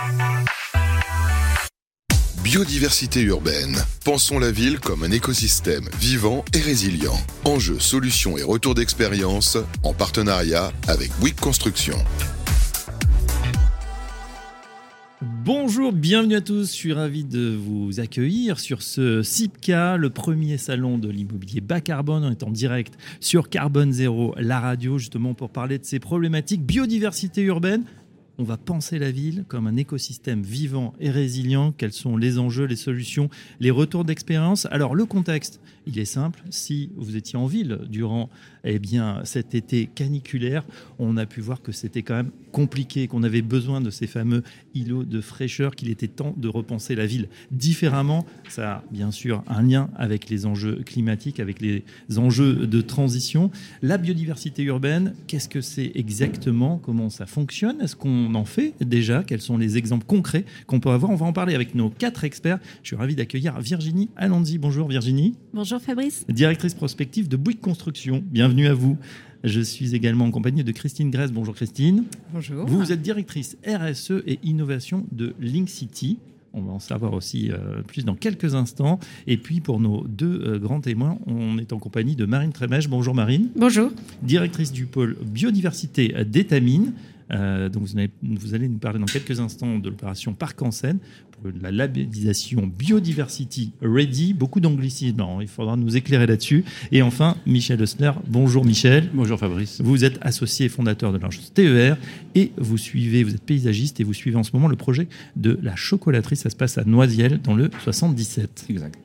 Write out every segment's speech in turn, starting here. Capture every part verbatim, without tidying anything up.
Biodiversité urbaine. Pensons la ville comme un écosystème vivant et résilient. Enjeux, solutions et retours d'expérience en partenariat avec Bouygues Construction. Bonjour, bienvenue à tous. Je suis ravi de vous accueillir sur ce CIPCA, le premier salon de l'immobilier bas carbone. On est en direct sur Carbone Zéro, la radio, justement pour parler de ces problématiques biodiversité urbaine. On va penser la ville comme un écosystème vivant et résilient. Quels sont les enjeux, les solutions, les retours d'expérience? Alors, le contexte, il est simple. Si vous étiez en ville durant eh bien, cet été caniculaire, on a pu voir que c'était quand même compliqué, qu'on avait besoin de ces fameux îlots de fraîcheur, qu'il était temps de repenser la ville différemment. Ça a bien sûr un lien avec les enjeux climatiques, avec les enjeux de transition. La biodiversité urbaine, qu'est-ce que c'est exactement? Comment ça fonctionne? Est-ce qu'on en fait déjà? Quels sont les exemples concrets qu'on peut avoir? On va en parler avec nos quatre experts. Je suis ravi d'accueillir Virginie Allendy. Bonjour Virginie. Bonjour Fabrice. Directrice prospective de Bouygues Construction. Bienvenue à vous. Je suis également en compagnie de Christine Grèce. Bonjour Christine. Bonjour. Vous, vous êtes directrice R S E et innovation de Linkcity. On va en savoir aussi euh, plus dans quelques instants. Et puis pour nos deux euh, grands témoins, on est en compagnie de Marine Trémèche. Bonjour Marine. Bonjour. Directrice du pôle biodiversité d'Étamines. Euh, donc vous allez, vous allez nous parler dans quelques instants de l'opération Parc en Seine pour la labellisation Biodiversity Ready. Beaucoup d'anglicisme, non, il faudra nous éclairer là-dessus. Et enfin, Michel Hessler. Bonjour Michel. Bonjour Fabrice. Vous êtes associé et fondateur de l'agence T E R et vous suivez, vous êtes paysagiste et vous suivez en ce moment le projet de la chocolaterie. Ça se passe à Noisiel dans le soixante-dix-sept. Exact.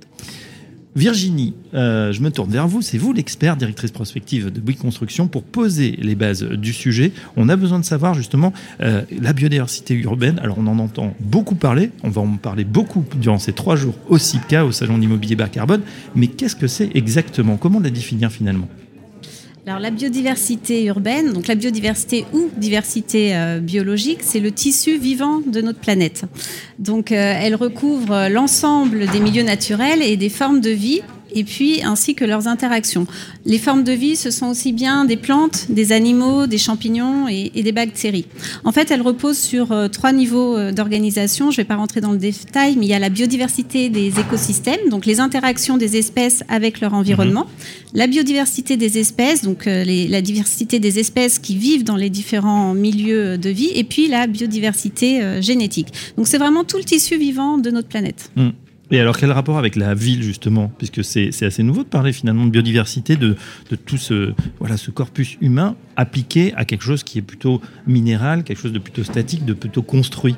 Virginie, euh, je me tourne vers vous. C'est vous l'expert, directrice prospective de Bouygues Construction, pour poser les bases du sujet. On a besoin de savoir justement euh, la biodiversité urbaine. Alors on en entend beaucoup parler. On va en parler beaucoup durant ces trois jours au CIPCA, au Salon d'immobilier bas carbone. Mais qu'est-ce que c'est exactement? Comment la définir finalement? Alors la biodiversité urbaine, donc la biodiversité ou diversité euh, biologique, c'est le tissu vivant de notre planète. Donc euh, elle recouvre l'ensemble des milieux naturels et des formes de vie, et puis ainsi que leurs interactions. Les formes de vie, ce sont aussi bien des plantes, des animaux, des champignons et, et des bactéries. En fait, elle repose sur euh, trois niveaux euh, d'organisation. Je ne vais pas rentrer dans le détail, mais il y a la biodiversité des écosystèmes, donc les interactions des espèces avec leur environnement. Mmh. La biodiversité des espèces, donc euh, les, la diversité des espèces qui vivent dans les différents milieux de vie, et puis la biodiversité euh, génétique. Donc c'est vraiment tout le tissu vivant de notre planète. Mmh. Et alors, quel rapport avec la ville, justement? Puisque c'est, c'est assez nouveau de parler, finalement, de biodiversité, de, de tout ce, voilà, ce corpus humain appliqué à quelque chose qui est plutôt minéral, quelque chose de plutôt statique, de plutôt construit.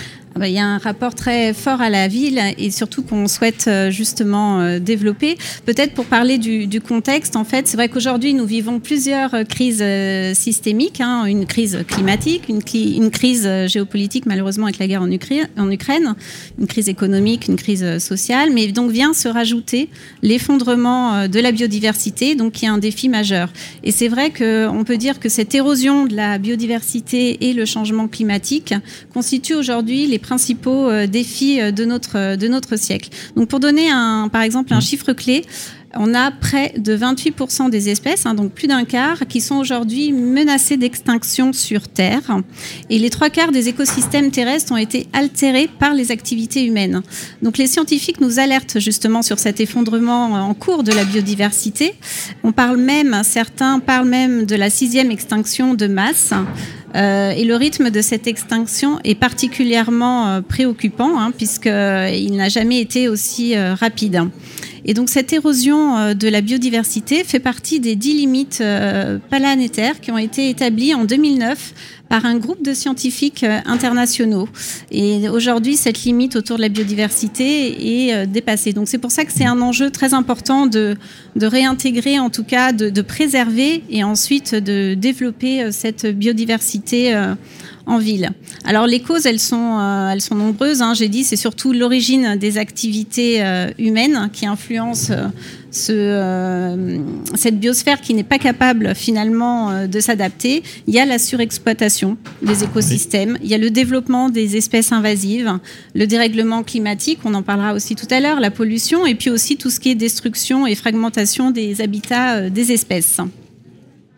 Il y a un rapport très fort à la ville et surtout qu'on souhaite justement développer. Peut-être pour parler du, du contexte, en fait, c'est vrai qu'aujourd'hui, nous vivons plusieurs crises systémiques, hein, une crise climatique, une, cli- une crise géopolitique, malheureusement, avec la guerre en Ukraine, en Ukraine, une crise économique, une crise sociale, mais donc vient se rajouter l'effondrement de la biodiversité, donc qui est un défi majeur. Et c'est vrai qu'on peut dire que cette érosion de la biodiversité et le changement climatique constituent aujourd'hui les principaux euh, défis de notre, de notre siècle. Donc pour donner un, par exemple un chiffre clé, on a près de vingt-huit pour cent des espèces, hein, donc plus d'un quart, qui sont aujourd'hui menacées d'extinction sur Terre. Et les trois quarts des écosystèmes terrestres ont été altérés par les activités humaines. Donc les scientifiques nous alertent justement sur cet effondrement en cours de la biodiversité. On parle même, certains parlent même de la sixième extinction de masse. Euh, et le rythme de cette extinction est particulièrement euh, préoccupant, hein, puisqu'il n'a jamais été aussi euh, rapide. Et donc cette érosion euh, de la biodiversité fait partie des dix limites euh, planétaires qui ont été établies en deux mille neuf par un groupe de scientifiques euh, internationaux. Et aujourd'hui, cette limite autour de la biodiversité est euh, dépassée. Donc c'est pour ça que c'est un enjeu très important de, de réintégrer, en tout cas de, de préserver et ensuite de développer euh, cette biodiversité euh, en ville. Alors les causes, elles sont, euh, elles sont nombreuses. Hein. J'ai dit, c'est surtout l'origine des activités euh, humaines qui influencent euh, ce, euh, cette biosphère qui n'est pas capable finalement euh, de s'adapter. Il y a la surexploitation des écosystèmes, oui. Il y a le développement des espèces invasives, le dérèglement climatique, on en parlera aussi tout à l'heure, la pollution, et puis aussi tout ce qui est destruction et fragmentation des habitats euh, des espèces.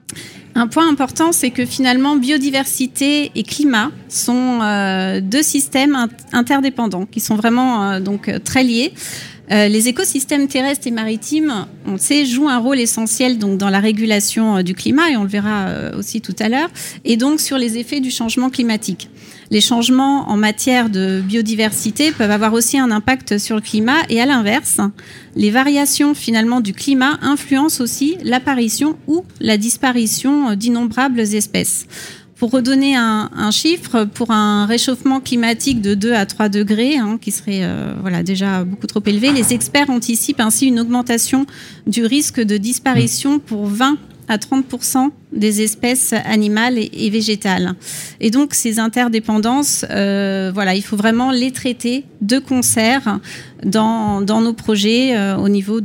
Un point important, c'est que finalement, biodiversité et climat sont euh, deux systèmes interdépendants qui sont vraiment euh, donc très liés. Euh, les écosystèmes terrestres et maritimes, on le sait, jouent un rôle essentiel donc dans la régulation euh, du climat, et on le verra euh, aussi tout à l'heure, et donc sur les effets du changement climatique. Les changements en matière de biodiversité peuvent avoir aussi un impact sur le climat, et à l'inverse, les variations finalement du climat influencent aussi l'apparition ou la disparition d'innombrables espèces. Pour redonner un, un chiffre, pour un réchauffement climatique de deux à trois degrés, hein, qui serait euh, voilà, déjà beaucoup trop élevé, les experts anticipent ainsi une augmentation du risque de disparition pour vingt à trente pour cent des espèces animales et, et végétales. Et donc, ces interdépendances, euh, voilà, il faut vraiment les traiter de concert dans, dans nos projets euh, au niveau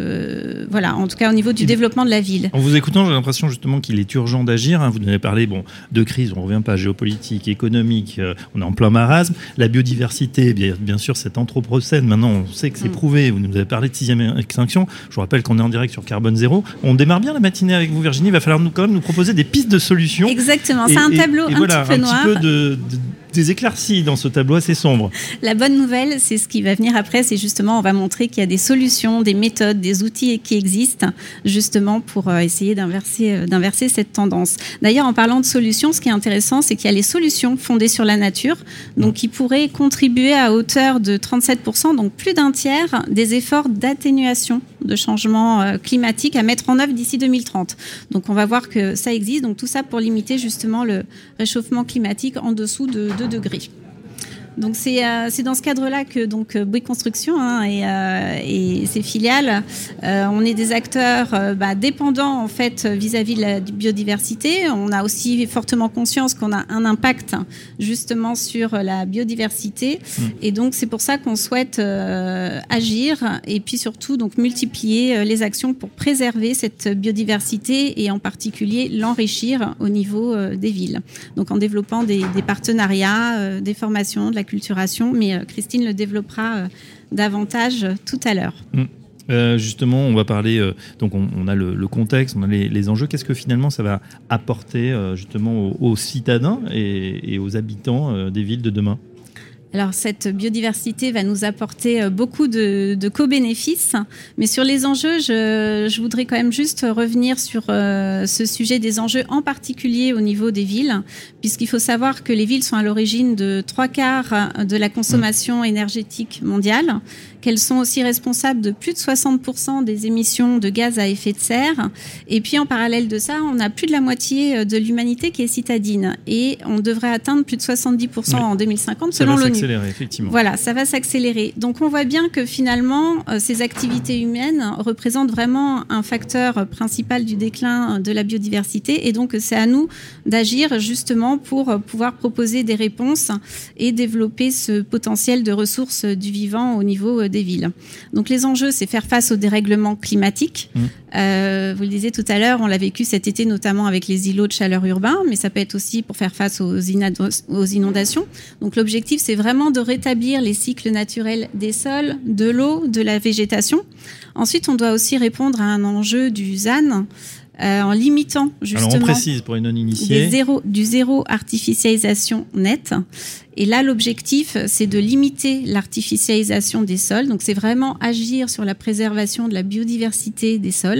de, voilà, en tout cas au niveau du et développement de la ville. En vous écoutant, j'ai l'impression justement qu'il est urgent d'agir. Hein. Vous nous avez parlé bon, de crise, on ne revient pas, géopolitique, économique, euh, on est en plein marasme. La biodiversité, bien, bien sûr, c'est anthropocène. Maintenant, on sait que c'est mmh. prouvé. Vous nous avez parlé de sixième extinction. Je vous rappelle qu'on est en direct sur Carbone Zéro. On démarre bien la matinée avec vous, Virginie. Il va falloir nous, quand même nous proposer des pistes de solutions. Exactement, c'est un tableau et, et un voilà, petit peu un noir. Petit peu de, de, des éclaircies dans ce tableau assez sombre. La bonne nouvelle, c'est ce qui va venir après, c'est justement, on va montrer qu'il y a des solutions, des méthodes, des outils qui existent justement pour essayer d'inverser, d'inverser cette tendance. D'ailleurs, en parlant de solutions, ce qui est intéressant, c'est qu'il y a les solutions fondées sur la nature, donc qui pourraient contribuer à hauteur de trente-sept pour cent, donc plus d'un tiers des efforts d'atténuation de changement climatique à mettre en œuvre d'ici deux mille trente. Donc on va voir que ça existe, donc tout ça pour limiter justement le réchauffement climatique en dessous de deux degrés. Donc c'est, euh, c'est dans ce cadre-là que donc Bouygues Construction hein, et, euh, et ses filiales, euh, on est des acteurs euh, bah, dépendants en fait vis-à-vis de la biodiversité. On a aussi fortement conscience qu'on a un impact justement sur la biodiversité, mmh. et donc c'est pour ça qu'on souhaite euh, agir et puis surtout donc multiplier les actions pour préserver cette biodiversité et en particulier l'enrichir au niveau euh, des villes. Donc en développant des, des partenariats, euh, des formations, de la culturation, mais euh, Christine le développera euh, davantage euh, tout à l'heure. Mmh. Euh, justement, on va parler, euh, donc on, on a le, le contexte, on a les, les enjeux. Qu'est-ce que finalement ça va apporter euh, justement aux, aux citadins et, et aux habitants euh, des villes de demain ? Alors, cette biodiversité va nous apporter beaucoup de, de co-bénéfices. Mais sur les enjeux, je, je voudrais quand même juste revenir sur euh, ce sujet des enjeux, en particulier au niveau des villes, puisqu'il faut savoir que les villes sont à l'origine de trois quarts de la consommation énergétique mondiale, qu'elles sont aussi responsables de plus de soixante pour cent des émissions de gaz à effet de serre. Et puis, en parallèle de ça, on a plus de la moitié de l'humanité qui est citadine. Et on devrait atteindre plus de soixante-dix pour cent oui. en deux mille cinquante, selon l'ONU. Effectivement. Voilà, ça va s'accélérer. Donc on voit bien que finalement, euh, ces activités humaines représentent vraiment un facteur principal du déclin de la biodiversité, et donc c'est à nous d'agir justement pour pouvoir proposer des réponses et développer ce potentiel de ressources du vivant au niveau des villes. Donc les enjeux, c'est faire face au dérèglement climatique. Mmh. Euh, vous le disiez tout à l'heure, on l'a vécu cet été notamment avec les îlots de chaleur urbains, mais ça peut être aussi pour faire face aux, inad- aux inondations. Donc l'objectif, c'est vraiment de rétablir les cycles naturels des sols, de l'eau, de la végétation. Ensuite, on doit aussi répondre à un enjeu du Z A N, euh, en limitant justement... Alors on précise pour les non-initiés. Zéro, du zéro artificialisation nette. Et là, l'objectif, c'est de limiter l'artificialisation des sols. Donc, c'est vraiment agir sur la préservation de la biodiversité des sols.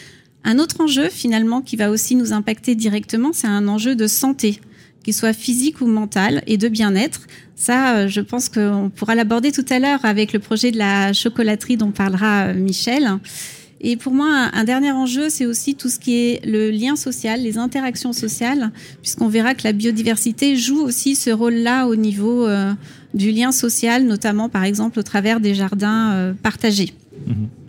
Un autre enjeu, finalement, qui va aussi nous impacter directement, c'est un enjeu de santé, qu'il soit physique ou mental, et de bien-être. Ça, je pense qu'on pourra l'aborder tout à l'heure avec le projet de la chocolaterie dont parlera Michel. Et pour moi, un dernier enjeu, c'est aussi tout ce qui est le lien social, les interactions sociales, puisqu'on verra que la biodiversité joue aussi ce rôle-là au niveau euh, du lien social, notamment par exemple au travers des jardins euh, partagés. Mmh.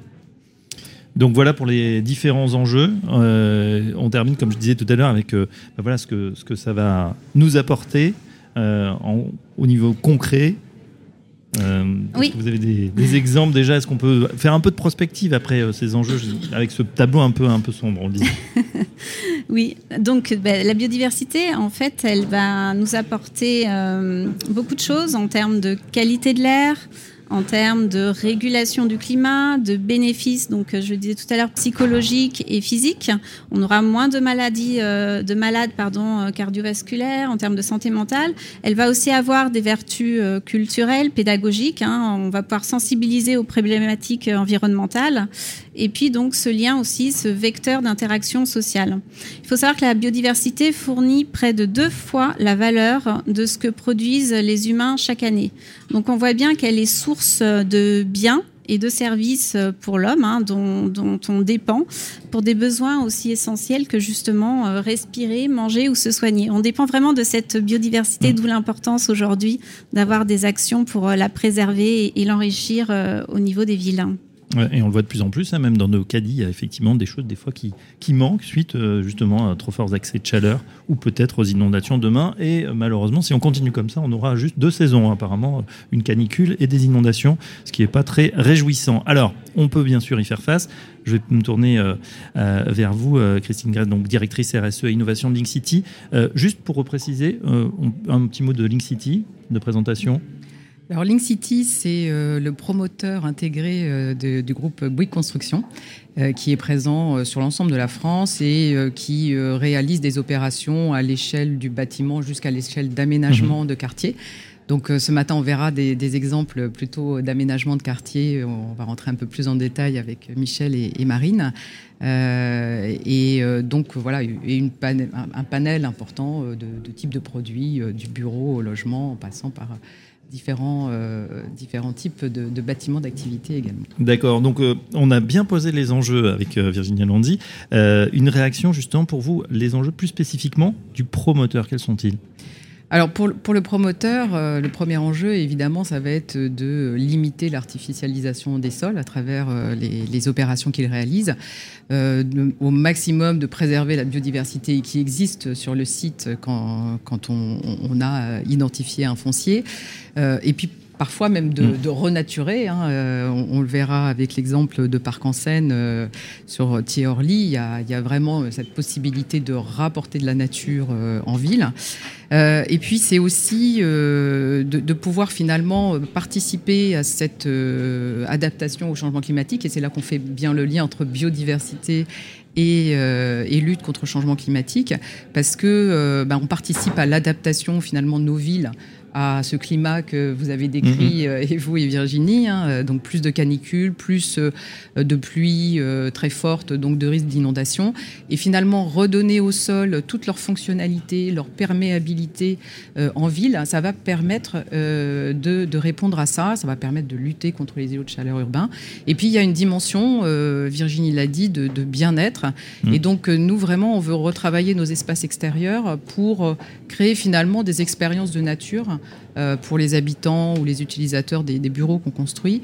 Donc voilà pour les différents enjeux. Euh, on termine, comme je disais tout à l'heure, avec euh, ben voilà ce que, ce que ça va nous apporter euh, en, au niveau concret. Euh, oui. Vous avez des, des exemples déjà? Est-ce qu'on peut faire un peu de prospective après euh, ces enjeux avec ce tableau un peu, un peu sombre, on le dit? Oui, donc ben, la biodiversité, en fait, elle va nous apporter euh, beaucoup de choses en termes de qualité de l'air, en termes de régulation du climat, de bénéfices, donc je le disais tout à l'heure, psychologiques et physiques. On aura moins de maladies, euh, de malades pardon, cardiovasculaires en termes de santé mentale. Elle va aussi avoir des vertus euh, culturelles, pédagogiques. Hein. On va pouvoir sensibiliser aux problématiques environnementales. Et puis donc ce lien aussi, ce vecteur d'interaction sociale. Il faut savoir que la biodiversité fournit près de deux fois la valeur de ce que produisent les humains chaque année. Donc on voit bien qu'elle est source de biens et de services pour l'homme, hein, dont, dont on dépend, pour des besoins aussi essentiels que justement euh, respirer, manger ou se soigner. On dépend vraiment de cette biodiversité, mmh. d'où l'importance aujourd'hui d'avoir des actions pour la préserver et, et l'enrichir euh, au niveau des villes. Ouais, et on le voit de plus en plus, hein, même dans nos caddies, il y a effectivement des choses des fois qui, qui manquent suite euh, justement à trop forts accès de chaleur ou peut-être aux inondations demain. Et euh, malheureusement, si on continue comme ça, on aura juste deux saisons, hein, apparemment, une canicule et des inondations, ce qui n'est pas très réjouissant. Alors, on peut bien sûr y faire face. Je vais me tourner euh, euh, vers vous, euh, Christine Grève, donc directrice R S E et innovation de Link City. Euh, juste pour repréciser, euh, on, un petit mot de Link City, de présentation. Alors Link City, c'est euh, le promoteur intégré euh, de, du groupe Bouygues Construction, euh, qui est présent euh, sur l'ensemble de la France et euh, qui euh, réalise des opérations à l'échelle du bâtiment jusqu'à l'échelle d'aménagement mmh. de quartier. Donc euh, ce matin, on verra des, des exemples plutôt d'aménagement de quartier. On va rentrer un peu plus en détail avec Michel et, et Marine. Euh, et euh, donc voilà, et une panel, un, un panel important de, de types de produits, euh, du bureau au logement, en passant par Différents, euh, différents types de, de bâtiments d'activité également. D'accord, donc euh, on a bien posé les enjeux avec euh, Virginia Landi. Euh, une réaction justement pour vous, les enjeux plus spécifiquement du promoteur, quels sont-ils ? Alors pour, pour le promoteur, euh, le premier enjeu, évidemment, ça va être de limiter l'artificialisation des sols à travers euh, les, les opérations qu'il réalise, euh, de, au maximum de préserver la biodiversité qui existe sur le site quand, quand on, on a identifié un foncier, euh, et puis parfois même de, de renaturer. Hein. Euh, on, on le verra avec l'exemple de Parc en Seine euh, sur Thiers-Orly. Il y a, il y a vraiment cette possibilité de rapporter de la nature euh, en ville. Euh, et puis c'est aussi euh, de, de pouvoir finalement participer à cette euh, adaptation au changement climatique. Et c'est là qu'on fait bien le lien entre biodiversité et, euh, et lutte contre le changement climatique, parce que euh, ben, on participe à l'adaptation finalement de nos villes à ce climat que vous avez décrit, mmh. et vous et Virginie, hein, donc plus de canicules, plus de pluies euh, très fortes, donc de risques d'inondation, et finalement redonner au sol toute leur fonctionnalité, leur perméabilité euh, en ville, ça va permettre euh, de, de répondre à ça, ça va permettre de lutter contre les îlots de chaleur urbains. Et puis il y a une dimension, euh, Virginie l'a dit, de, de bien-être, mmh. et donc nous vraiment on veut retravailler nos espaces extérieurs pour créer finalement des expériences de nature Euh, pour les habitants ou les utilisateurs des, des bureaux qu'on construit,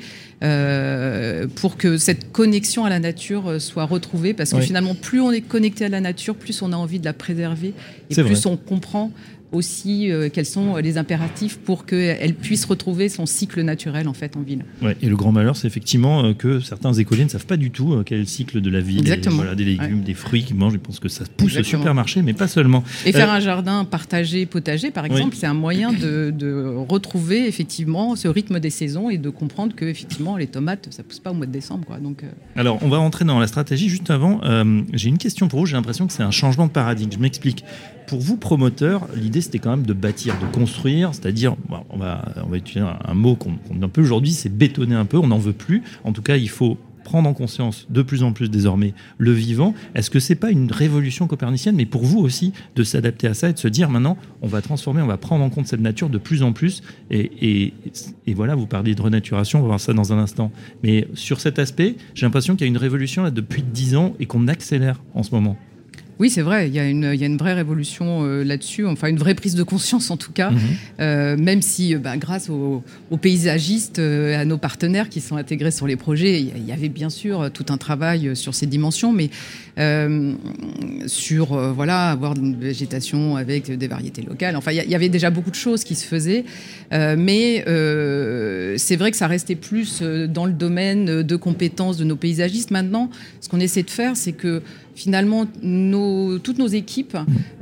euh, pour que cette connexion à la nature soit retrouvée, parce que oui. finalement, plus on est connecté à la nature, plus on a envie de la préserver, et C'est plus vrai. on comprend aussi euh, quels sont les impératifs pour qu'elle puisse retrouver son cycle naturel en fait en ville. Ouais, et le grand malheur, c'est effectivement euh, que certains écoliers ne savent pas du tout euh, quel est le cycle de la ville. Exactement. Et, voilà, des légumes, ouais. des fruits qu'ils mangent. Je pense que ça pousse Exactement. au supermarché, mais pas seulement. Et faire euh, un jardin partagé, potager, par exemple, oui. c'est un moyen de, de retrouver effectivement ce rythme des saisons et de comprendre que effectivement les tomates, ça pousse pas au mois de décembre, quoi. Donc. Euh... Alors, on va rentrer dans la stratégie. Juste avant, euh, j'ai une question pour vous. J'ai l'impression que c'est un changement de paradigme. Je m'explique. Pour vous, promoteur, l'idée, c'était quand même de bâtir, de construire, c'est-à-dire, bon, on, va, on va utiliser un, un mot qu'on, qu'on a un peu aujourd'hui, c'est bétonner un peu, on n'en veut plus. En tout cas, il faut prendre en conscience de plus en plus désormais le vivant. Est-ce que c'est pas une révolution copernicienne, mais pour vous aussi, de s'adapter à ça et de se dire maintenant, on va transformer, on va prendre en compte cette nature de plus en plus. Et, et, et voilà, vous parlez de renaturation, on va voir ça dans un instant. Mais sur cet aspect, j'ai l'impression qu'il y a une révolution là, depuis dix ans et qu'on accélère en ce moment. Oui, c'est vrai, il y a une, il y a une vraie révolution euh, là-dessus, enfin une vraie prise de conscience en tout cas, mmh. euh, même si bah, grâce aux, aux paysagistes, euh, à nos partenaires qui sont intégrés sur les projets, il y avait bien sûr tout un travail sur ces dimensions, mais euh, sur euh, voilà, avoir une végétation avec des variétés locales, enfin il y, y avait déjà beaucoup de choses qui se faisaient, euh, mais euh, c'est vrai que ça restait plus dans le domaine de compétences de nos paysagistes. Maintenant, ce qu'on essaie de faire, c'est que finalement, nos, toutes nos équipes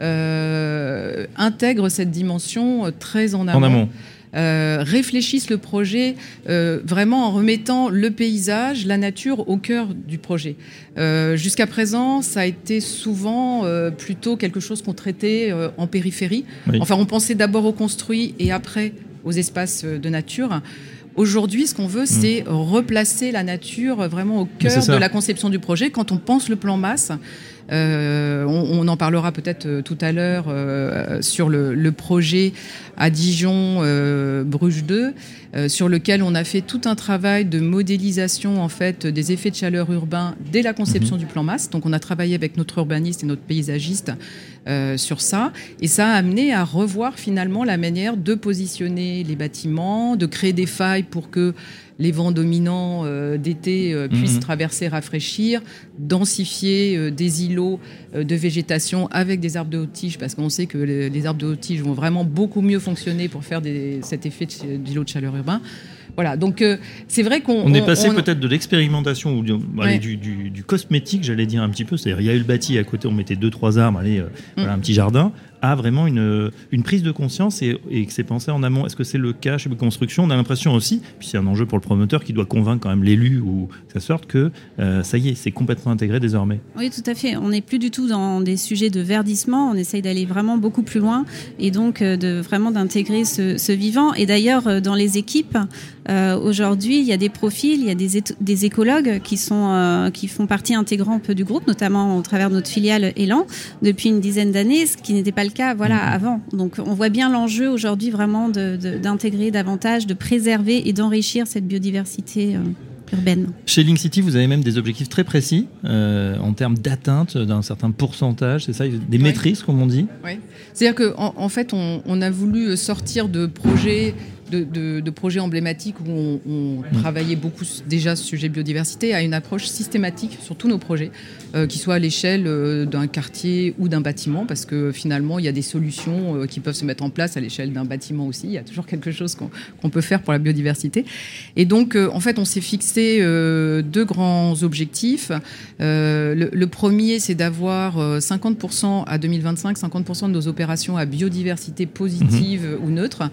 euh, intègrent cette dimension très en amont. En amont. Euh, réfléchissent le projet euh, vraiment en remettant le paysage, la nature au cœur du projet. Euh, jusqu'à présent, ça a été souvent euh, plutôt quelque chose qu'on traitait euh, en périphérie. Oui. Enfin, on pensait d'abord au construit et après aux espaces de nature. Aujourd'hui, ce qu'on veut, c'est mmh. replacer la nature vraiment au cœur de la conception du projet. Quand on pense le plan masse, euh, on, on en parlera peut-être euh, tout à l'heure euh, sur le, le projet à Dijon, euh, Bruges deux, euh, sur lequel on a fait tout un travail de modélisation en fait des effets de chaleur urbains dès la conception mmh. du plan masse. Donc, on a travaillé avec notre urbaniste et notre paysagiste euh, sur ça, et ça a amené à revoir finalement la manière de positionner les bâtiments, de créer des failles pour que les vents dominants euh, d'été euh, puissent mmh. traverser, rafraîchir, densifier euh, des îlots euh, de végétation avec des arbres de haute tige, parce qu'on sait que les, les arbres de haute tige vont vraiment beaucoup mieux fonctionner pour faire des, cet effet de, d'îlot de chaleur urbain. Voilà, donc euh, c'est vrai qu'on... On est passé on, peut-être de l'expérimentation ou du, ouais. allez, du, du, du cosmétique, j'allais dire un petit peu. C'est-à-dire, il y a eu le bâti à côté, on mettait deux, trois arbres, allez, euh, mmh. voilà, un petit jardin, à vraiment une, une prise de conscience et, et que c'est pensé en amont. Est-ce que c'est le cas chez Construction ? On a l'impression aussi, puis c'est un enjeu pour le promoteur qui doit convaincre quand même l'élu ou sa sorte que euh, ça y est, c'est complètement intégré désormais. Oui, tout à fait. On n'est plus du tout dans des sujets de verdissement. On essaye d'aller vraiment beaucoup plus loin et donc euh, de vraiment d'intégrer ce, ce vivant. Et d'ailleurs, euh, dans les équipes, euh, aujourd'hui, il y a des profils, il y a des, é- des écologues qui sont euh, qui font partie intégrante du groupe, notamment au travers de notre filiale Élan depuis une dizaine d'années, ce qui n'était pas le cas voilà, mmh. avant. Donc on voit bien l'enjeu aujourd'hui vraiment de, de, d'intégrer davantage, de préserver et d'enrichir cette biodiversité euh, urbaine. Chez Link City, vous avez même des objectifs très précis euh, en termes d'atteinte d'un certain pourcentage, c'est ça, des oui. maîtrises comme on dit. Oui. C'est-à-dire qu'en en fait, on, on a voulu sortir de projets De, de, de projets emblématiques où on, on mmh. travaillait beaucoup déjà ce sujet biodiversité à une approche systématique sur tous nos projets, euh, qui soient à l'échelle euh, d'un quartier ou d'un bâtiment, parce que finalement, il y a des solutions euh, qui peuvent se mettre en place à l'échelle d'un bâtiment aussi. Il y a toujours quelque chose qu'on, qu'on peut faire pour la biodiversité. Et donc, euh, en fait, on s'est fixé euh, deux grands objectifs. Euh, le, le premier, c'est d'avoir euh, cinquante pour cent à deux mille vingt-cinq, cinquante pour cent de nos opérations à biodiversité positive mmh. ou neutre.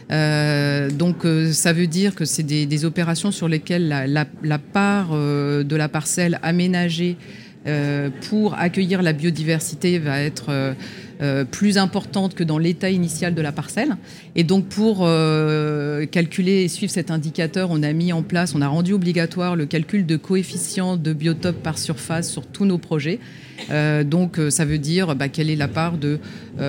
Euh, donc euh, ça veut dire que c'est des, des opérations sur lesquelles la, la, la part euh, de la parcelle aménagée euh, pour accueillir la biodiversité va être euh, euh, plus importante que dans l'état initial de la parcelle. Et donc pour euh, calculer et suivre cet indicateur, on a mis en place, on a rendu obligatoire le calcul de coefficient de biotope par surface sur tous nos projets. Euh, donc ça veut dire bah, quelle est la part de,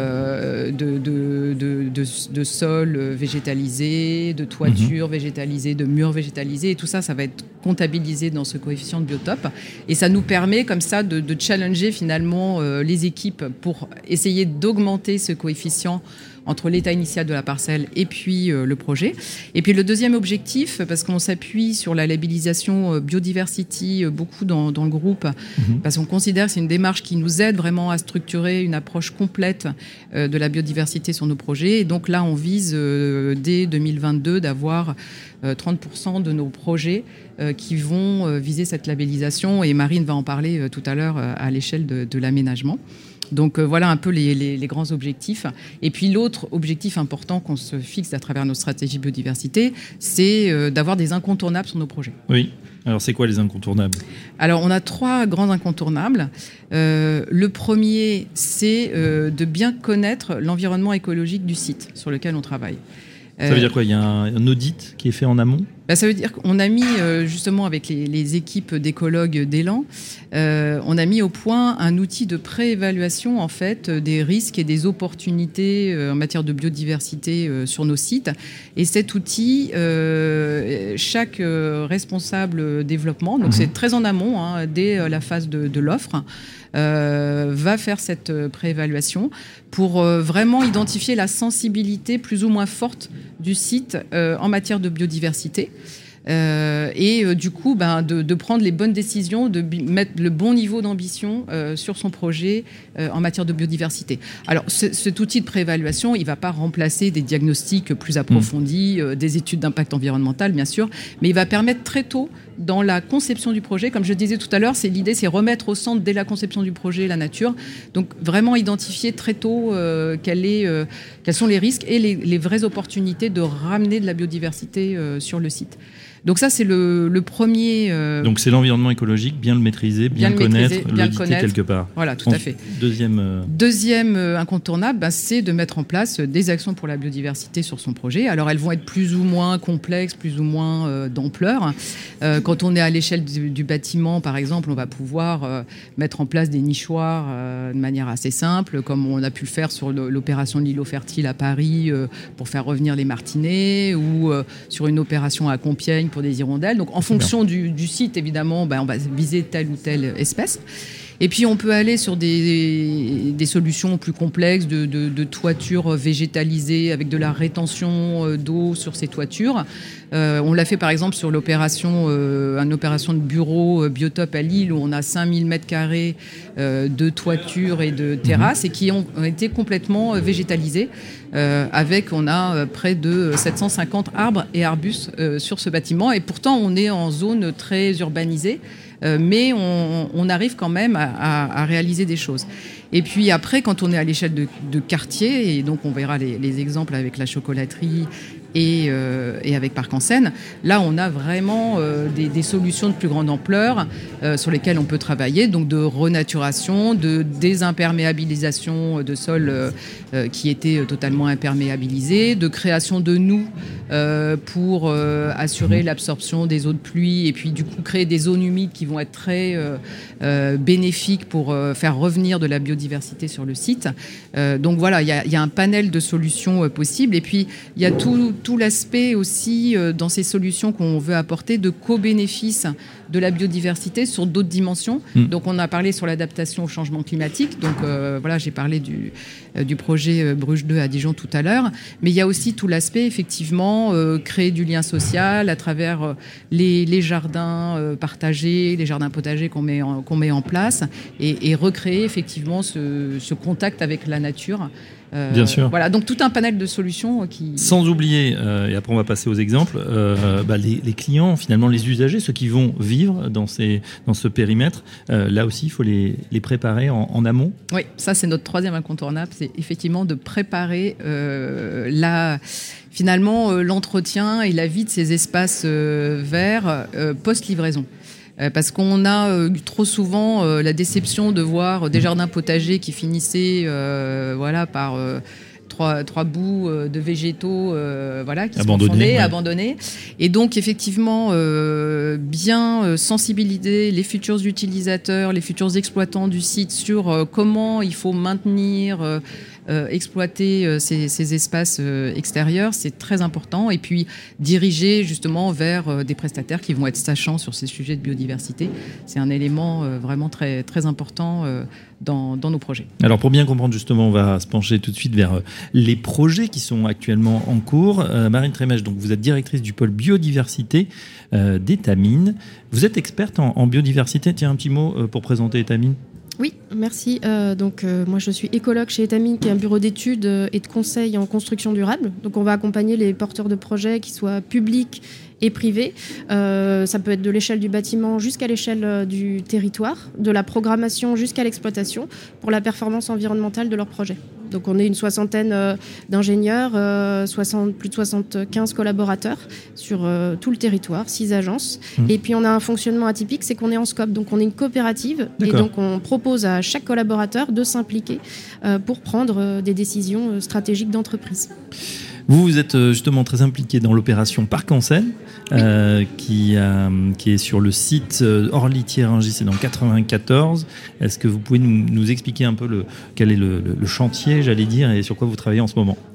euh, de, de, de, de, de sol végétalisé, de toiture mmh. végétalisée, de murs végétalisés, et tout ça, ça va être comptabilisé dans ce coefficient de biotope. Et ça nous permet comme ça de, de challenger finalement euh, les équipes pour essayer d'augmenter ce coefficient entre l'état initial de la parcelle et puis euh, le projet. Et puis le deuxième objectif, parce qu'on s'appuie sur la labellisation euh, Biodiversity euh, beaucoup dans, dans le groupe, mmh. parce qu'on considère que c'est une démarche qui nous aide vraiment à structurer une approche complète euh, de la biodiversité sur nos projets. Et donc là, on vise euh, dès deux mille vingt-deux d'avoir euh, trente pour cent de nos projets euh, qui vont euh, viser cette labellisation. Et Marine va en parler euh, tout à l'heure euh, à l'échelle de, de l'aménagement. Donc euh, voilà un peu les, les, les grands objectifs. Et puis l'autre objectif important qu'on se fixe à travers nos stratégies biodiversité, c'est euh, d'avoir des incontournables sur nos projets. Oui. Alors c'est quoi les incontournables ? Alors on a trois grands incontournables. Euh, le premier, c'est euh, de bien connaître l'environnement écologique du site sur lequel on travaille. Ça veut dire quoi ? Il y a un, un audit qui est fait en amont ? Bah, ça veut dire qu'on a mis, euh, justement avec les, les équipes d'écologues d'Élan, euh, on a mis au point un outil de préévaluation en fait, des risques et des opportunités euh, en matière de biodiversité euh, sur nos sites. Et cet outil, euh, chaque euh, responsable développement, donc mmh. c'est très en amont, hein, dès la phase de, de l'offre, Euh, va faire cette préévaluation pour euh, vraiment identifier la sensibilité plus ou moins forte du site euh, en matière de biodiversité. euh, et euh, du coup ben, de, de prendre les bonnes décisions, de bi- mettre le bon niveau d'ambition euh, sur son projet euh, en matière de biodiversité. Alors ce, cet outil de préévaluation, il ne va pas remplacer des diagnostics plus approfondis, euh, des études d'impact environnemental bien sûr, mais il va permettre très tôt dans la conception du projet, comme je disais tout à l'heure, c'est l'idée, c'est remettre au centre dès la conception du projet la nature. Donc vraiment identifier très tôt euh, quel est, euh, quels sont les risques et les, les vraies opportunités de ramener de la biodiversité euh, sur le site. Donc ça, c'est le, le premier... Euh... Donc c'est l'environnement écologique, bien le maîtriser, bien, bien le connaître, maîtriser, bien l'auditer le connaître. quelque part. Voilà, tout en, à fait. Deuxième... Euh... Deuxième euh, incontournable, bah, c'est de mettre en place des actions pour la biodiversité sur son projet. Alors elles vont être plus ou moins complexes, plus ou moins euh, d'ampleur. Euh, quand on est à l'échelle du, du bâtiment, par exemple, on va pouvoir euh, mettre en place des nichoirs euh, de manière assez simple, comme on a pu le faire sur le, l'opération de l'îlot fertile à Paris euh, pour faire revenir les martinets, ou euh, sur une opération à Compiègne pour des hirondelles. Donc en fonction du, du site, évidemment, ben, on va viser telle ou telle espèce. Et puis on peut aller sur des, des solutions plus complexes de, de, de toitures végétalisées avec de la rétention d'eau sur ces toitures. Euh, on l'a fait par exemple sur l'opération, euh, une opération de bureau euh, Biotope à Lille, où on a cinq mille mètres carrés euh, de toitures et de terrasses et qui ont, ont été complètement euh, végétalisées. Euh, avec, on a euh, près de sept cent cinquante arbres et arbustes euh, sur ce bâtiment. Et pourtant, on est en zone très urbanisée. Euh, mais on, on arrive quand même à, à, à réaliser des choses. Et puis après, quand on est à l'échelle de, de quartier, et donc on verra les, les exemples avec la chocolaterie et, euh, et avec Parc en Seine, là on a vraiment euh, des, des solutions de plus grande ampleur euh, sur lesquelles on peut travailler, donc de renaturation, de désimperméabilisation de sols euh, euh, qui étaient totalement imperméabilisés, de création de noues euh, pour euh, assurer l'absorption des eaux de pluie et puis du coup créer des zones humides qui vont être très euh, euh, bénéfiques pour euh, faire revenir de la biodiversité sur le site. Euh, donc voilà, il y, y a un panel de solutions euh, possibles. Et puis, il y a tout, tout l'aspect aussi euh, dans ces solutions qu'on veut apporter de co-bénéfice de la biodiversité sur d'autres dimensions. Mmh. Donc, on a parlé sur l'adaptation au changement climatique. Donc, euh, voilà, j'ai parlé du, euh, du projet euh, Bruges deux à Dijon tout à l'heure. Mais il y a aussi tout l'aspect, effectivement, euh, créer du lien social à travers euh, les, les jardins euh, partagés, les jardins potagers qu'on met en, qu'on met en place et, et recréer, effectivement, ce, ce contact avec la nature. Euh, Bien sûr. Voilà, donc tout un panel de solutions qui... Sans oublier, euh, et après on va passer aux exemples, euh, bah les, les clients, finalement les usagers, ceux qui vont vivre dans, ces, dans ce périmètre, euh, là aussi il faut les, les préparer en, en amont. Oui, ça c'est notre troisième incontournable, c'est effectivement de préparer euh, la... finalement euh, l'entretien et la vie de ces espaces euh, verts euh, post-livraison. Parce qu'on a euh, trop souvent euh, la déception de voir des jardins potagers qui finissaient euh, voilà, par euh, trois, trois bouts euh, de végétaux euh, voilà, qui abandonnés, sont fondés, ouais. abandonnés. Et donc, effectivement, euh, bien euh, sensibiliser les futurs utilisateurs, les futurs exploitants du site sur euh, comment il faut maintenir... Euh, Euh, exploiter euh, ces, ces espaces euh, extérieurs, c'est très important. Et puis diriger justement vers euh, des prestataires qui vont être sachants sur ces sujets de biodiversité. C'est un élément euh, vraiment très, très important euh, dans, dans nos projets. Alors pour bien comprendre justement, on va se pencher tout de suite vers euh, les projets qui sont actuellement en cours. Euh, Marine Trémèche, donc vous êtes directrice du pôle biodiversité euh, d'Étamines. Vous êtes experte en, en biodiversité. Tiens, un petit mot euh, pour présenter Étamines. Oui, merci. Euh, donc, euh, moi, je suis écologue chez Étamines, qui est un bureau d'études et de conseil en construction durable. Donc, on va accompagner les porteurs de projets, qu'ils soient publics et privés. Euh, ça peut être de l'échelle du bâtiment jusqu'à l'échelle du territoire, de la programmation jusqu'à l'exploitation, pour la performance environnementale de leur projet. Donc, on est une soixantaine euh, d'ingénieurs, euh, soixante, plus de soixante-quinze collaborateurs sur euh, tout le territoire, six agences. Mmh. Et puis, on a un fonctionnement atypique, c'est qu'on est en scope. Donc, on est une coopérative. D'accord. Et donc, on propose à chaque collaborateur de s'impliquer euh, pour prendre euh, des décisions euh, stratégiques d'entreprise. Vous, vous êtes justement très impliqué dans l'opération Parc en Seine, oui. euh, qui, a, qui est sur le site Orly-Thiéringis, c'est dans quatre-vingt-quatorze. Est-ce que vous pouvez nous, nous expliquer un peu le, quel est le, le, le chantier, j'allais dire, et sur quoi vous travaillez en ce moment ?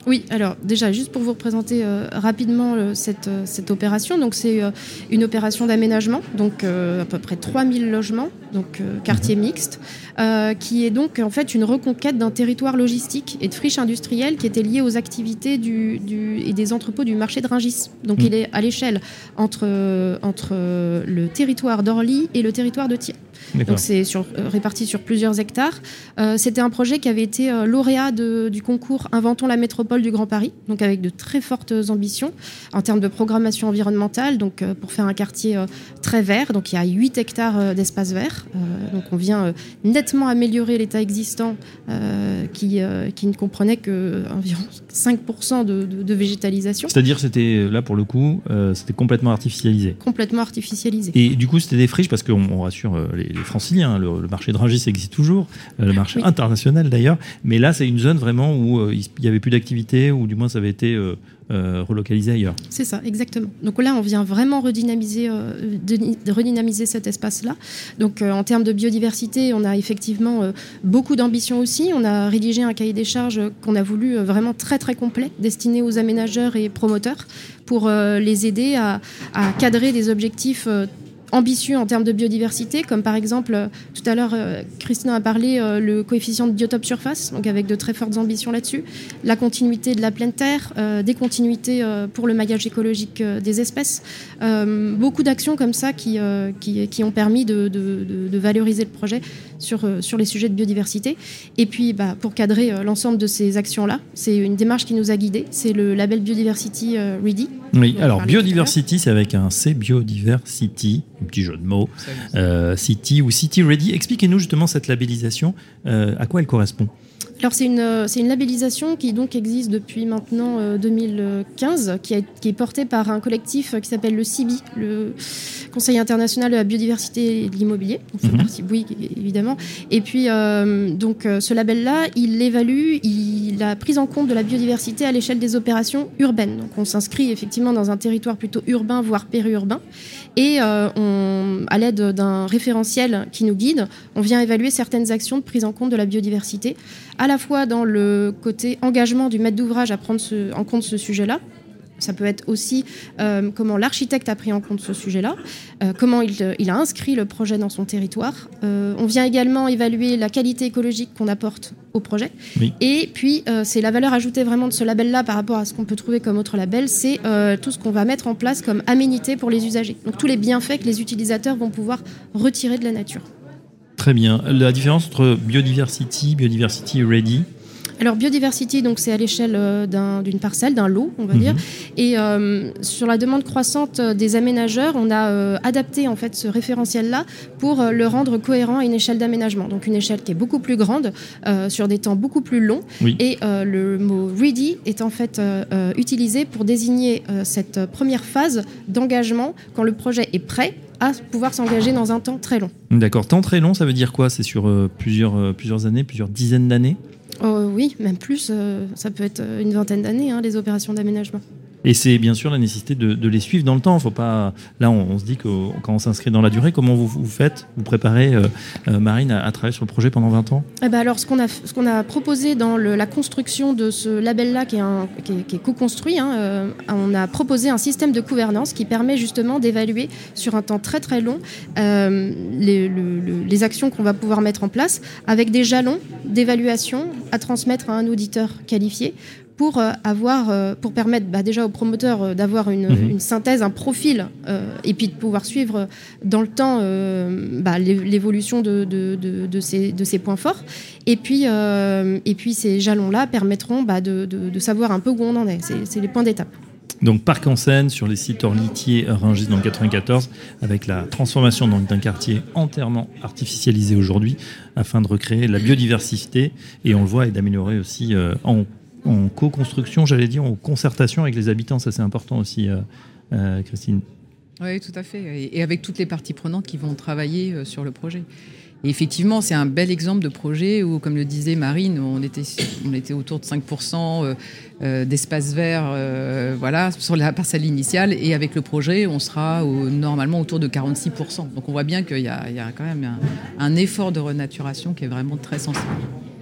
Oui, alors déjà, juste pour vous représenter euh, rapidement euh, cette, euh, cette opération, donc c'est euh, une opération d'aménagement, donc euh, à peu près trois mille logements, donc euh, quartier mixte, euh, qui est donc en fait une reconquête d'un territoire logistique et de friche industrielle qui était lié aux activités du, du, et des entrepôts du marché de Rungis. Donc mmh. il est à l'échelle entre, euh, entre euh, le territoire d'Orly et le territoire de Thiers. Donc c'est sur, euh, réparti sur plusieurs hectares. Euh, c'était un projet qui avait été euh, lauréat de, du concours Inventons la métropole du Grand Paris, donc avec de très fortes ambitions en termes de programmation environnementale, donc euh, pour faire un quartier euh, très vert. Donc il y a huit hectares euh, d'espace vert. Euh, donc on vient euh, nettement améliorer l'état existant euh, qui, euh, qui ne comprenait que environ cinq pour cent de, de, de végétalisation. C'est-à-dire c'était là pour le coup, euh, c'était complètement artificialisé. Complètement artificialisé. Et du coup c'était des friches parce qu'on on rassure euh, les, les franciliens, le, le marché de Rungis existe toujours, euh, le marché oui. international d'ailleurs, mais là c'est une zone vraiment où euh, il n'y avait plus d'activité, ou du moins ça avait été euh, euh, relocalisé ailleurs. C'est ça, exactement. Donc là on vient vraiment redynamiser, euh, de, de redynamiser cet espace-là. Donc euh, en termes de biodiversité, on a effectivement euh, beaucoup d'ambition aussi. On a rédigé un cahier des charges qu'on a voulu euh, vraiment très très complet, destiné aux aménageurs et promoteurs, pour euh, les aider à, à cadrer des objectifs euh, ambitieux en termes de biodiversité, comme par exemple, euh, tout à l'heure, euh, Christine a parlé, euh, le coefficient de biotope surface, donc avec de très fortes ambitions là-dessus, la continuité de la pleine terre, euh, des continuités euh, pour le maillage écologique euh, des espèces, euh, beaucoup d'actions comme ça qui, euh, qui, qui ont permis de, de, de, de valoriser le projet sur, euh, sur les sujets de biodiversité. Et puis, bah, pour cadrer euh, l'ensemble de ces actions-là, c'est une démarche qui nous a guidés, c'est le label Biodiversity euh, Ready. Oui, alors Biodiversity, c'est avec un C, Biodiversity, un petit jeu de mots, euh, City ou City Ready. Expliquez-nous justement cette labellisation, euh, à quoi elle correspond? Alors c'est une, c'est une labellisation qui donc existe depuis maintenant euh, deux mille quinze, qui, a, qui est portée par un collectif qui s'appelle le C I B I, le Conseil international de la biodiversité et de l'immobilier. On fait mmh. partie, oui, évidemment. Et puis euh, donc euh, ce label-là, il évalue, il a prise en compte de la biodiversité à l'échelle des opérations urbaines. Donc on s'inscrit effectivement dans un territoire plutôt urbain, voire périurbain. Et euh, on, à l'aide d'un référentiel qui nous guide, on vient évaluer certaines actions de prise en compte de la biodiversité, à la fois dans le côté engagement du maître d'ouvrage à prendre ce, en compte ce sujet-là. Ça peut être aussi euh, comment l'architecte a pris en compte ce sujet-là, euh, comment il, il a inscrit le projet dans son territoire. Euh, on vient également évaluer la qualité écologique qu'on apporte au projet. Oui. Et puis, euh, c'est la valeur ajoutée vraiment de ce label-là par rapport à ce qu'on peut trouver comme autre label, c'est euh, tout ce qu'on va mettre en place comme aménité pour les usagers. Donc tous les bienfaits que les utilisateurs vont pouvoir retirer de la nature. Très bien. La différence entre Biodiversity, Biodiversity Ready? Alors Biodiversity, donc c'est à l'échelle euh, d'un, d'une parcelle, d'un lot, on va mmh. dire. Et euh, sur la demande croissante des aménageurs, on a euh, adapté en fait ce référentiel-là pour euh, le rendre cohérent à une échelle d'aménagement. Donc une échelle qui est beaucoup plus grande, euh, sur des temps beaucoup plus longs. Oui. Et euh, le mot ready est en fait euh, euh, utilisé pour désigner euh, cette première phase d'engagement quand le projet est prêt à pouvoir s'engager dans un temps très long. D'accord. Temps très long, ça veut dire quoi? C'est sur euh, plusieurs, euh, plusieurs années, plusieurs dizaines d'années? Oh, oui, même plus. Euh, ça peut être une vingtaine d'années, hein, les opérations d'aménagement. Et c'est bien sûr la nécessité de, de les suivre dans le temps. Faut pas. Là, on, on se dit que quand on s'inscrit dans la durée, comment vous, vous faites, vous préparez, euh, euh, Marine, à, à travailler sur le projet pendant vingt ans? Eh ben alors, ce qu'on a, ce qu'on a proposé dans le, la construction de ce label-là, qui est, un, qui est, qui est co-construit, hein, euh, on a proposé un système de gouvernance qui permet justement d'évaluer sur un temps très très long euh, les, le, le, les actions qu'on va pouvoir mettre en place, avec des jalons d'évaluation à transmettre à un auditeur qualifié, pour euh, avoir, euh, pour permettre bah, déjà aux promoteurs euh, d'avoir une, mmh. une synthèse, un profil, euh, et puis de pouvoir suivre dans le temps euh, bah, l'évolution de, de, de, de, ces, de ces points forts. Et puis, euh, et puis ces jalons-là permettront bah, de, de, de savoir un peu où on en est. C'est, c'est les points d'étape. Donc parc en Seine sur les sites Orly, Rungis dans le quatre-vingt-quatorze, avec la transformation donc, d'un quartier entièrement artificialisé aujourd'hui, afin de recréer la biodiversité, et on le voit, et d'améliorer aussi euh, en en co-construction, j'allais dire, en concertation avec les habitants. Ça, c'est important aussi, euh, euh, Christine. Oui, tout à fait. Et, et avec toutes les parties prenantes qui vont travailler euh, sur le projet. Et effectivement, c'est un bel exemple de projet où, comme le disait Marine, on était, on était autour de cinq pour cent euh, euh, d'espace vert euh, voilà, sur la parcelle initiale. Et avec le projet, on sera au, normalement autour de quarante-six pour cent. Donc on voit bien qu'il y a, il y a quand même un, un effort de renaturation qui est vraiment très sensible.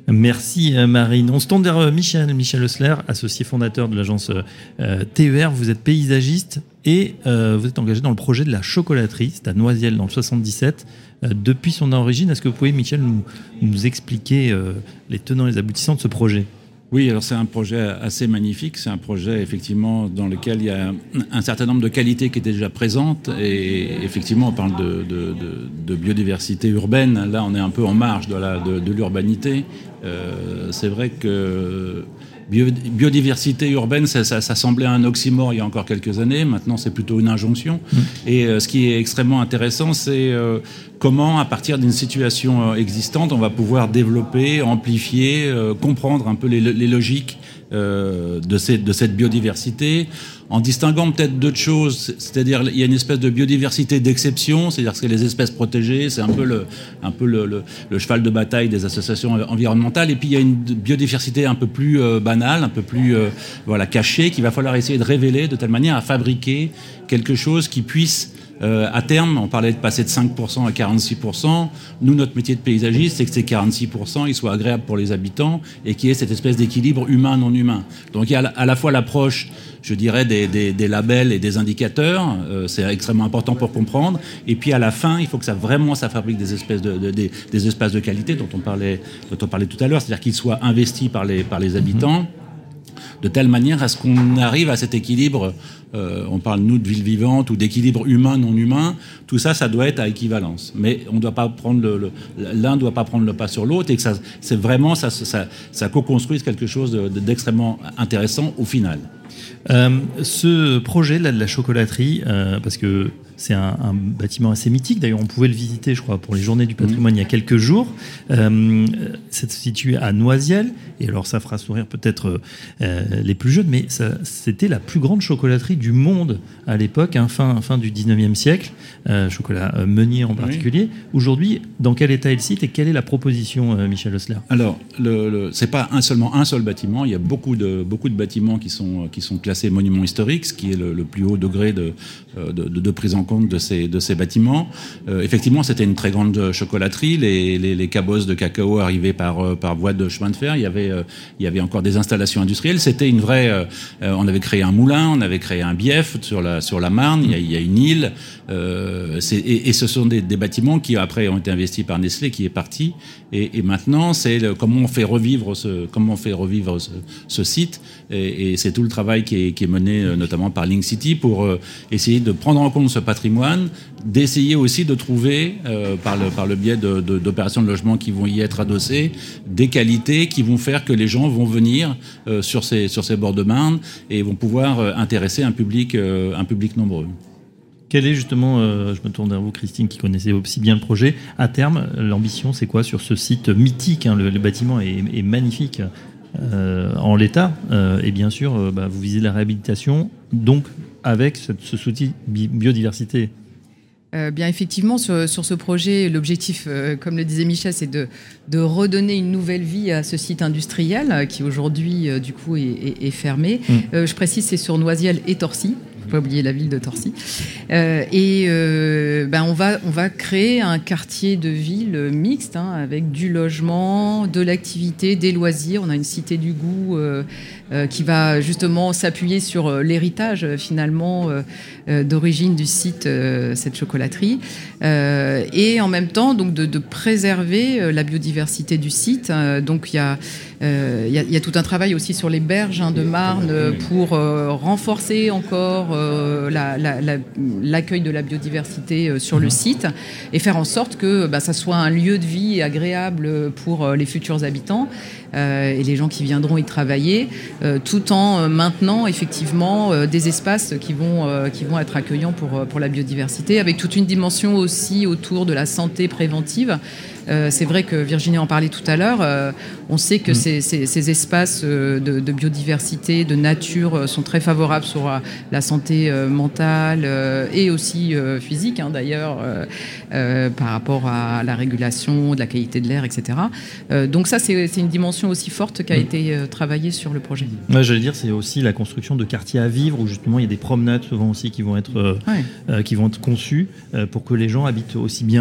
Merci Marine. On se tourne vers Michel, Michel Hessler, associé fondateur de l'agence euh, T E R. Vous êtes paysagiste et euh, vous êtes engagé dans le projet de la chocolaterie. C'est à Noisiel dans le soixante-dix-sept. Euh, depuis son origine, est-ce que vous pouvez, Michel, nous, nous expliquer euh, les tenants et les aboutissants de ce projet ? Oui, alors c'est un projet assez magnifique. C'est un projet effectivement dans lequel il y a un certain nombre de qualités qui étaient déjà présentes. Et effectivement, on parle de, de, de, de biodiversité urbaine. Là, on est un peu en marge de, la, de, de l'urbanité. Euh, c'est vrai que bio, biodiversité urbaine, ça, ça, ça semblait un oxymore il y a encore quelques années. Maintenant, c'est plutôt une injonction. Mmh. Et euh, ce qui est extrêmement intéressant, c'est euh, comment, à partir d'une situation existante, on va pouvoir développer, amplifier, euh, comprendre un peu les, les logiques euh, de, ces, de cette biodiversité, en distinguant peut-être d'autres choses. C'est-à-dire, il y a une espèce de biodiversité d'exception, c'est-à-dire que les espèces protégées, c'est un peu le, un peu le, le, le cheval de bataille des associations environnementales. Et puis, il y a une biodiversité un peu plus euh, banale, un peu plus euh, voilà, cachée, qu'il va falloir essayer de révéler de telle manière à fabriquer quelque chose qui puisse Euh, à terme, on parlait de passer de cinq pour cent à quarante-six pour cent. Nous, notre métier de paysagiste, c'est que ces quarante-six pour cent, ils soient agréables pour les habitants et qu'il y ait cette espèce d'équilibre humain-non humain. Donc, il y a à la fois l'approche, je dirais, des, des, des labels et des indicateurs. Euh, c'est extrêmement important pour comprendre. Et puis, à la fin, il faut que ça vraiment, ça fabrique des espèces de, de, des, des espaces de qualité dont on parlait, dont on parlait tout à l'heure. C'est-à-dire qu'ils soient investis par les, par les habitants. Mmh. De telle manière à ce qu'on arrive à cet équilibre, euh, on parle nous de ville vivante ou d'équilibre humain non humain, tout ça, ça doit être à équivalence. Mais on doit pas prendre le, le l'un ne doit pas prendre le pas sur l'autre et que ça, c'est vraiment ça, ça, ça co-construise quelque chose de, de, d'extrêmement intéressant au final. Euh, ce projet là de la chocolaterie, euh, parce que c'est un, un bâtiment assez mythique. D'ailleurs, on pouvait le visiter, je crois, pour les Journées du Patrimoine mmh. il y a quelques jours. Euh, c'est situé à Noisiel. Et alors, ça fera sourire peut-être euh, les plus jeunes, mais ça, c'était la plus grande chocolaterie du monde à l'époque, hein, fin, fin du dix-neuvième siècle. Euh, chocolat euh, Meunier en particulier. Oui. Aujourd'hui, dans quel état est le site et quelle est la proposition, euh, Michel Hessler ? Alors, le, le, c'est pas un, seulement un seul bâtiment. Il y a beaucoup de, beaucoup de bâtiments qui sont, qui sont classés monuments historiques, ce qui est le, le plus haut degré de, de, de, de prise en compte de ces, de ces bâtiments. Euh, effectivement, c'était une très grande chocolaterie. Les, les, les cabosses de cacao arrivaient par, par voie de chemin de fer. Il y avait, euh, il y avait encore des installations industrielles. C'était une vraie... Euh, on avait créé un moulin, on avait créé un bief sur la, sur la Marne. Il y a, il y a une île. Euh, c'est, et, et ce sont des, des bâtiments qui, après, ont été investis par Nestlé, qui est parti. Et, et maintenant, c'est le, comment on fait revivre ce, comment on fait revivre ce, ce site. Et, et c'est tout le travail qui est, qui est mené, euh, notamment par Link City, pour euh, essayer de prendre en compte ce patrimoine, d'essayer aussi de trouver, euh, par, le, par le biais de, de, d'opérations de logement qui vont y être adossées, des qualités qui vont faire que les gens vont venir euh, sur, ces, sur ces bords de Marne et vont pouvoir euh, intéresser un public, euh, un public nombreux. Quelle est justement, euh, je me tourne vers vous Christine qui connaissez aussi bien le projet, à terme, l'ambition c'est quoi sur ce site mythique, hein, le, le bâtiment est, est magnifique euh, en l'état, euh, et bien sûr euh, bah, vous visez la réhabilitation, donc avec ce, ce souci biodiversité. Euh, bien effectivement, sur, sur ce projet, l'objectif, euh, comme le disait Michel, c'est de, de redonner une nouvelle vie à ce site industriel euh, qui aujourd'hui, euh, du coup, est, est, est fermé. Mmh. Euh, je précise, c'est sur Noisiel et Torcy. Faut pas oublier la ville de Torcy. Euh, et euh, ben on va on va créer un quartier de ville mixte hein, avec du logement, de l'activité, des loisirs. On a une cité du goût euh, euh, qui va justement s'appuyer sur euh, l'héritage euh, finalement euh, euh, d'origine du site, euh, cette chocolaterie, euh, et en même temps donc de, de préserver euh, la biodiversité du site. Euh, donc il y a il euh, y, y a tout un travail aussi sur les berges hein, de Marne pour euh, renforcer encore euh, la, la, la, l'accueil de la biodiversité euh, sur le site et faire en sorte que bah, ça soit un lieu de vie agréable pour euh, les futurs habitants euh, et les gens qui viendront y travailler, euh, tout en euh, maintenant effectivement euh, des espaces qui vont, euh, qui vont être accueillants pour, pour la biodiversité, avec toute une dimension aussi autour de la santé préventive. Euh, c'est vrai que Virginie en parlait tout à l'heure. Euh, on sait que mmh. ces, ces, ces espaces euh, de, de biodiversité, de nature, euh, sont très favorables sur euh, la santé euh, mentale euh, et aussi euh, physique, hein, d'ailleurs, euh, euh, par rapport à la régulation de la qualité de l'air, et cetera. Euh, donc ça, c'est, c'est une dimension aussi forte qui a mmh. été euh, travaillée sur le projet. Ouais, j'allais dire, c'est aussi la construction de quartiers à vivre où justement il y a des promenades souvent aussi qui vont être, euh, ouais. euh, qui vont être conçues euh, pour que les gens habitent aussi bien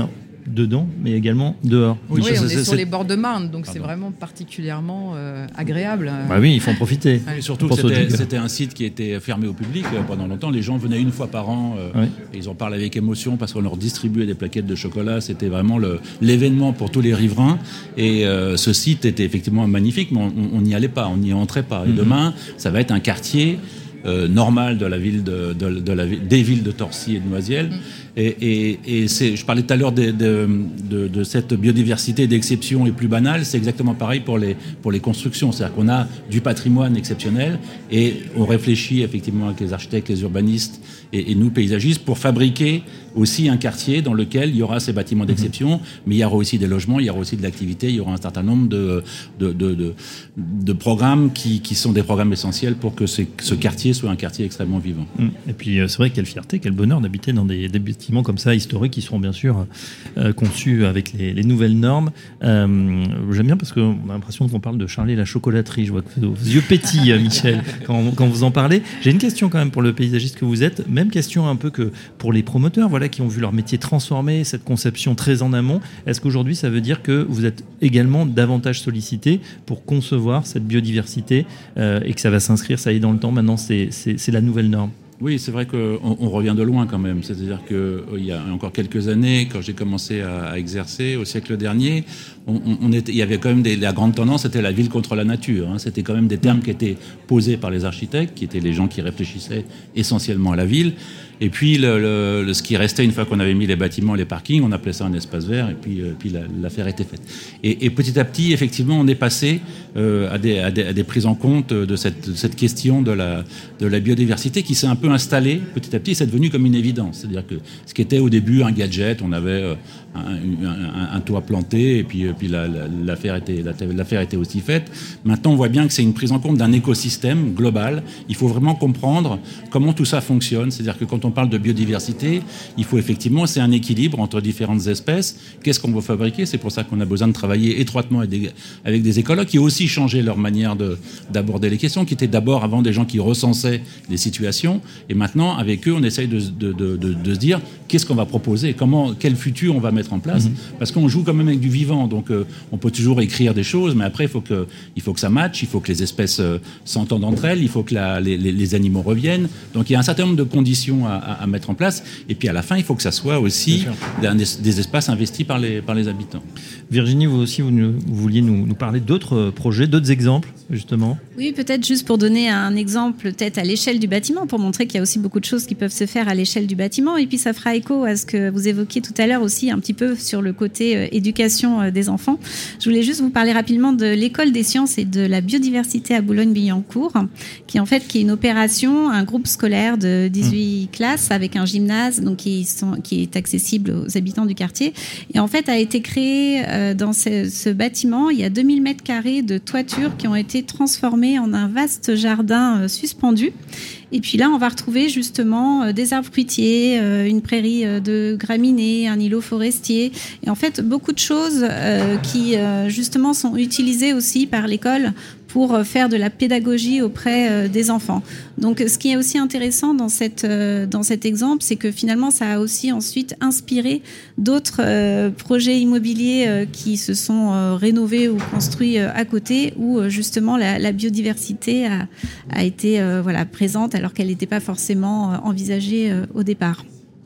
dedans, mais également dehors. Oui, Oui, oui ça, on c'est, est c'est, sur c'est... les bords de Marne, donc Pardon. c'est vraiment particulièrement euh, agréable. Bah oui, il faut en profiter. Et surtout que c'était, c'était un site qui était fermé au public euh, pendant longtemps. Les gens venaient une fois par an euh, oui. et ils en parlent avec émotion parce qu'on leur distribuait des plaquettes de chocolat. C'était vraiment le, l'événement pour tous les riverains. Et euh, ce site était effectivement magnifique, mais on n'y allait pas, on n'y entrait pas. Et mm-hmm. demain, ça va être un quartier euh, normal de la ville de, de, de la, des villes de Torcy et de Noisiel. Mm. Et, et, et c'est, je parlais tout à l'heure de, de, de, de cette biodiversité d'exception et plus banale, c'est exactement pareil pour les, pour les constructions. C'est-à-dire qu'on a du patrimoine exceptionnel et on réfléchit effectivement avec les architectes, les urbanistes et, et nous, paysagistes, pour fabriquer aussi un quartier dans lequel il y aura ces bâtiments d'exception, mmh. mais il y aura aussi des logements, il y aura aussi de l'activité, il y aura un certain nombre de, de, de, de, de programmes qui, qui sont des programmes essentiels pour que ce, ce quartier soit un quartier extrêmement vivant. Et puis c'est vrai, quelle fierté, quel bonheur d'habiter dans des, des bâtiments comme ça, historiques, qui seront bien sûr euh, conçus avec les, les nouvelles normes. Euh, j'aime bien parce qu'on a l'impression qu'on parle de Charlie la chocolaterie. Je vois que vos yeux pétillent, Michel, quand, quand vous en parlez. J'ai une question quand même pour le paysagiste que vous êtes. Même question un peu que pour les promoteurs, voilà, qui ont vu leur métier transformé, cette conception très en amont. Est-ce qu'aujourd'hui, ça veut dire que vous êtes également davantage sollicité pour concevoir cette biodiversité euh, et que ça va s'inscrire, ça y est, dans le temps? Maintenant, c'est, c'est, c'est la nouvelle norme. Oui, c'est vrai qu'on on revient de loin quand même. C'est-à-dire qu'il y a encore quelques années, quand j'ai commencé à, à exercer, au siècle dernier, on, on était, il y avait quand même des, la grande tendance, c'était la ville contre la nature. Hein. C'était quand même des termes qui étaient posés par les architectes, qui étaient les gens qui réfléchissaient essentiellement à la ville. Et puis, le, le, le, ce qui restait une fois qu'on avait mis les bâtiments, les parkings, on appelait ça un espace vert, et puis, euh, puis la, l'affaire était faite. Et, et petit à petit, effectivement, on est passé euh, à, des, à, des, à des prises en compte de cette, de cette question de la, de la biodiversité qui s'est un peu installée petit à petit, et c'est devenu comme une évidence. C'est-à-dire que ce qui était au début un gadget, on avait euh, un, un, un toit planté, et puis, euh, puis la, la, l'affaire, était, la, l'affaire était aussi faite. Maintenant, on voit bien que c'est une prise en compte d'un écosystème global. Il faut vraiment comprendre comment tout ça fonctionne. C'est-à-dire que quand on parle de biodiversité, il faut effectivement, c'est un équilibre entre différentes espèces. Qu'est-ce qu'on veut fabriquer? C'est pour ça qu'on a besoin de travailler étroitement avec des, avec des écologues qui ont aussi changé leur manière de, d'aborder les questions, qui étaient d'abord avant des gens qui recensaient les situations, et maintenant avec eux on essaye de, de, de, de, de se dire qu'est-ce qu'on va proposer, comment, quel futur on va mettre en place, mmh. parce qu'on joue quand même avec du vivant, donc euh, on peut toujours écrire des choses, mais après il faut que, il faut que ça matche, il faut que les espèces euh, s'entendent entre elles, il faut que la, les, les animaux reviennent, donc il y a un certain nombre de conditions à, à, à mettre en place, et puis à la fin il faut que ça soit aussi des, des espaces investis par les, par les habitants. Virginie, vous aussi vous, nous, vous vouliez nous, nous parler d'autres projets, d'autres exemples justement? Oui, peut-être juste pour donner un exemple peut-être à l'échelle du bâtiment, pour montrer qu'il y a aussi beaucoup de choses qui peuvent se faire à l'échelle du bâtiment, et puis ça fera écho à ce que vous évoquiez tout à l'heure aussi un petit peu sur le côté euh, éducation euh, des enfants. Je voulais juste vous parler rapidement de l'école des sciences et de la biodiversité à Boulogne-Billancourt, qui en fait qui est une opération, un groupe scolaire de dix-huit mmh. classes avec un gymnase, donc qui, sont, qui est accessible aux habitants du quartier, et en fait a été créé euh, dans ce, ce bâtiment. Il y a deux mille mètres carrés de toiture qui ont été transformés en un vaste jardin euh, suspendu. Et puis là, on va retrouver justement euh, des arbres fruitiers, euh, une prairie euh, de graminées, un îlot forestier. Et en fait, beaucoup de choses euh, qui euh, justement sont utilisées aussi par l'école pour faire de la pédagogie auprès euh, des enfants. Donc, ce qui est aussi intéressant dans, cette, euh, dans cet exemple, c'est que finalement, ça a aussi ensuite inspiré d'autres euh, projets immobiliers euh, qui se sont euh, rénovés ou construits euh, à côté, où euh, justement la, la biodiversité a, a été euh, voilà, présente alors qu'elle n'était pas forcément euh, envisagée euh, au départ.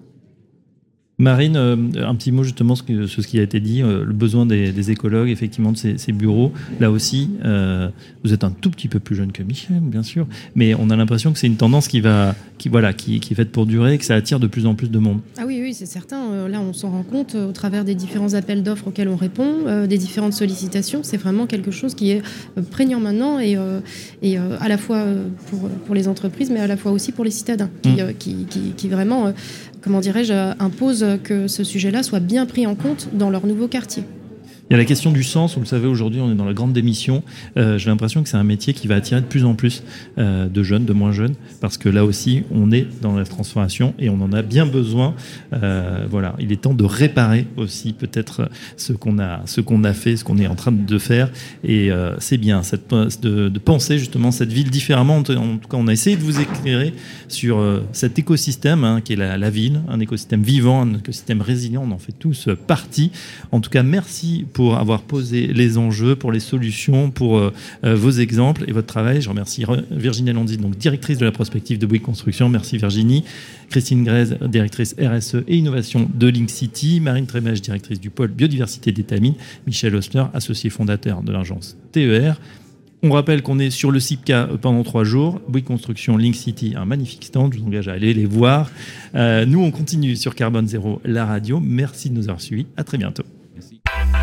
Marine, euh, un petit mot justement sur ce, ce qui a été dit, euh, le besoin des, des écologues, effectivement, de ces, ces bureaux. Là aussi, euh, vous êtes un tout petit peu plus jeune que Michel, bien sûr, mais on a l'impression que c'est une tendance qui, va, qui, voilà, qui, qui est faite pour durer, que ça attire de plus en plus de monde. Ah oui, oui, c'est certain. Euh, là, on s'en rend compte euh, au travers des différents appels d'offres auxquels on répond, euh, des différentes sollicitations. C'est vraiment quelque chose qui est euh, prégnant maintenant, et, euh, et euh, à la fois euh, pour, pour les entreprises, mais à la fois aussi pour les citadins, qui, mmh. euh, qui, qui, qui vraiment... Euh, comment dirais-je, impose que ce sujet-là soit bien pris en compte dans leur nouveau quartier. Il y a la question du sens, vous le savez, aujourd'hui on est dans la grande démission. Euh, j'ai l'impression que c'est un métier qui va attirer de plus en plus euh, de jeunes, de moins jeunes, parce que là aussi on est dans la transformation et on en a bien besoin. Euh, voilà, il est temps de réparer aussi peut-être ce qu'on a, ce qu'on a fait, ce qu'on est en train de faire. Et euh, c'est bien cette, de, de penser justement cette ville différemment. En tout cas, on a essayé de vous éclairer sur euh, cet écosystème hein, qui est la, la ville, un écosystème vivant, un écosystème résilient. On en fait tous partie. En tout cas, merci pour avoir posé les enjeux, pour les solutions, pour euh, vos exemples et votre travail. Je remercie Virginie Alonzi, donc directrice de la prospective de Bouygues Construction. Merci Virginie. Christine Grèze, directrice R S E et innovation de Link City. Marine Trémèche, directrice du pôle biodiversité d'Étamines. Michel Ostler, associé fondateur de l'agence T E R. On rappelle qu'on est sur le C I P C A pendant trois jours. Bouygues Construction, Link City, un magnifique stand. Je vous engage à aller les voir. Euh, nous, on continue sur Carbone Zéro, la radio. Merci de nous avoir suivis. À très bientôt. Merci.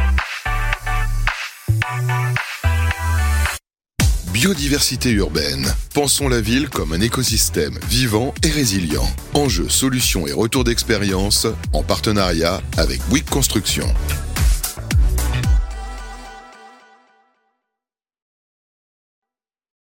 Biodiversité urbaine. Pensons la ville comme un écosystème vivant et résilient. Enjeux, solutions et retours d'expérience en partenariat avec Bouygues Construction.